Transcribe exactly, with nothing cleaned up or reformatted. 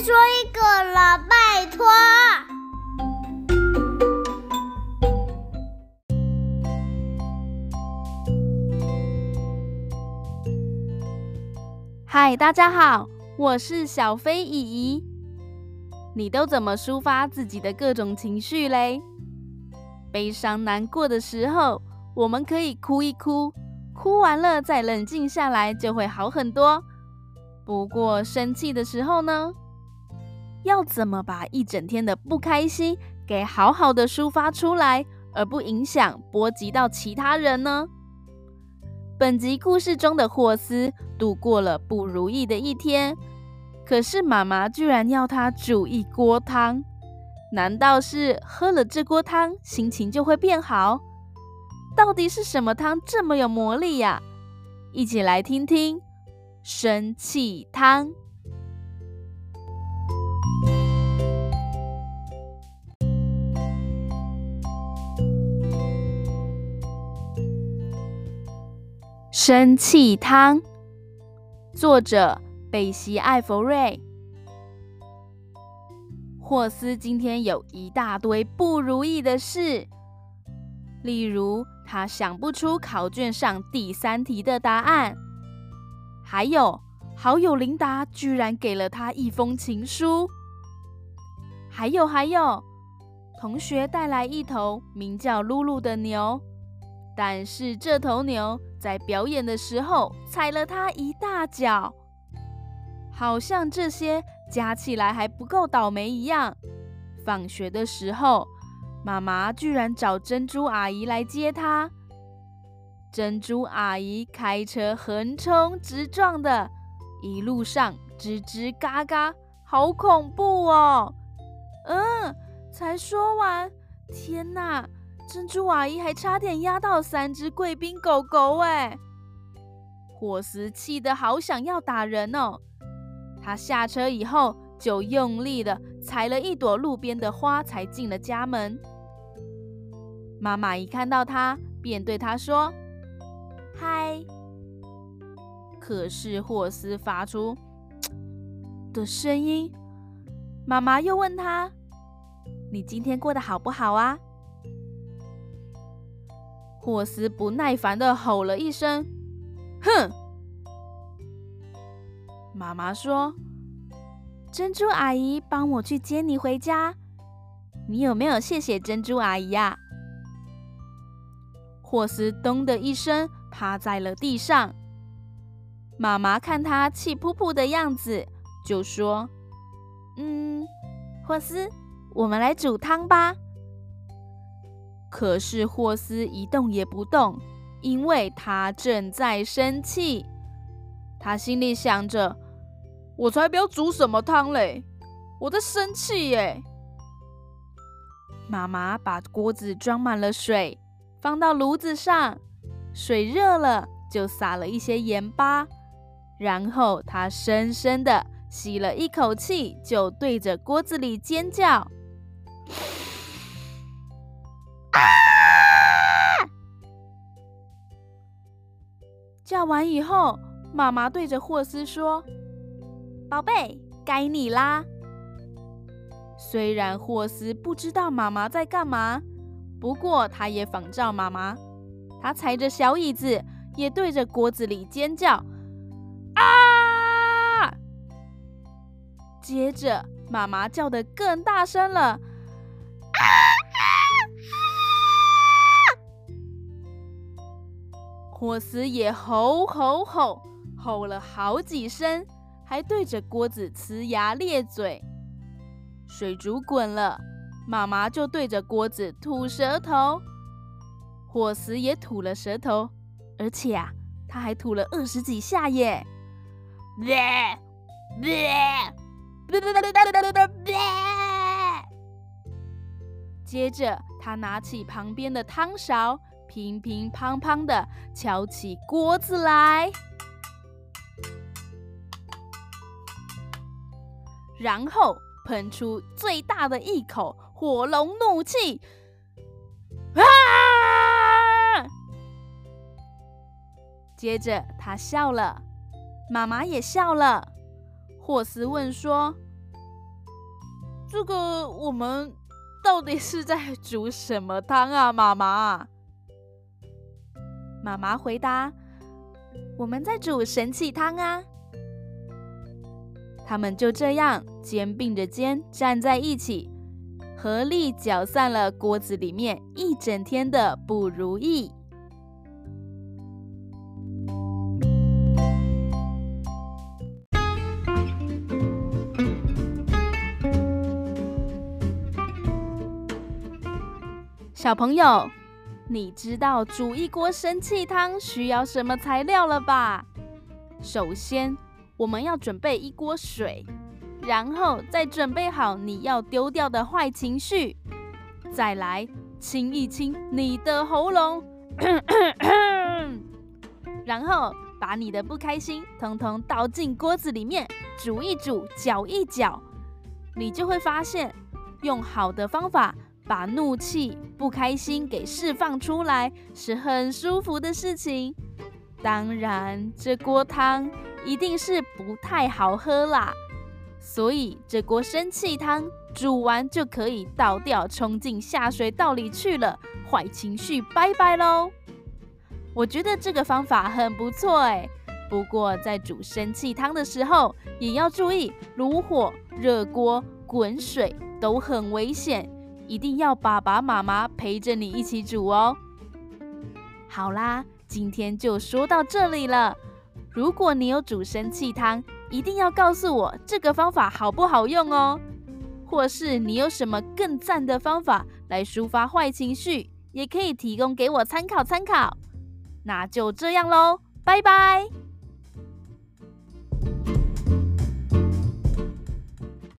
说一个了，拜托。 嗨，大家好，我是小飞姨姨。你都怎么抒发自己的各种情绪嘞？悲伤难过的时候，我们可以哭一哭，哭完了再冷静下来就会好很多。不过生气的时候呢，要怎么把一整天的不开心给好好的抒发出来，而不影响波及到其他人呢？本集故事中的霍斯度过了不如意的一天，可是妈妈居然要他煮一锅汤。难道是喝了这锅汤心情就会变好？到底是什么汤这么有魔力呀？一起来听听生气汤。生气汤，作者贝西·艾弗瑞。霍斯今天有一大堆不如意的事，例如他想不出考卷上第三题的答案，还有好友琳达居然给了他一封情书，还有还有，同学带来一头名叫露露的牛，但是这头牛在表演的时候踩了他一大脚。好像这些加起来还不够倒霉一样。放学的时候，妈妈居然找珍珠阿姨来接她。珍珠阿姨开车横冲直撞的，一路上吱吱嘎嘎，好恐怖哦！嗯，才说完，天哪！珍珠阿姨还差点压到三只贵宾狗狗哎！霍斯气得好想要打人哦。他下车以后就用力的采了一朵路边的花才进了家门。妈妈一看到他便对他说嗨，可是霍斯发出的声音。妈妈又问他，你今天过得好不好啊？霍斯不耐烦的吼了一声，哼！妈妈说，珍珠阿姨帮我去接你回家，你有没有谢谢珍珠阿姨呀？霍斯咚的一声趴在了地上。妈妈看他气扑扑的样子，就说，嗯，霍斯，我们来煮汤吧。可是霍斯一动也不动，因为他正在生气。他心里想着，我才不要煮什么汤嘞，我在生气耶。妈妈把锅子装满了水，放到炉子上，水热了就撒了一些盐巴，然后她深深的吸了一口气，就对着锅子里尖叫。叫完以后，妈妈对着霍斯说，宝贝，该你啦。虽然霍斯不知道妈妈在干嘛，不过他也仿照妈妈，他踩着小椅子，也对着锅子里尖叫啊！接着妈妈叫得更大声了，啊啊啊！霍斯也吼吼吼，吼了好几声，还对着锅子呲牙咧嘴。水煮滚了，妈妈就对着锅子吐舌头，霍斯也吐了舌头，而且啊，他还吐了二十几下耶！接着，他拿起旁边的汤勺，乒乒乓乓的敲起锅子来，然后喷出最大的一口火龙怒气，啊！接着他笑了，妈妈也笑了。霍斯问说：“ 这个我们到底是在煮什么汤啊，妈妈？妈妈回答：我们在煮神气汤啊。他们就这样肩并着肩站在一起，合力搅散了锅子里面一整天的不如意。小朋友，你知道煮一锅神气汤需要什么材料了吧？首先，我们要准备一锅水，然后再准备好你要丢掉的坏情绪，再来清一清你的喉咙，然后把你的不开心统统倒进锅子里面，煮一煮，搅一搅，你就会发现，用好的方法把怒气、不开心给释放出来，是很舒服的事情。当然，这锅汤一定是不太好喝啦，所以这锅生气汤煮完就可以倒掉，冲进下水道里去了，坏情绪拜拜咯。我觉得这个方法很不错哎，不过在煮生气汤的时候，也要注意炉火、热锅、滚水都很危险，一定要爸爸妈妈陪着你一起煮哦。好啦，今天就说到这里了。如果你有煮生气汤，一定要告诉我这个方法好不好用哦。或是你有什么更赞的方法来抒发坏情绪，也可以提供给我参考参考。那就这样咯，拜拜。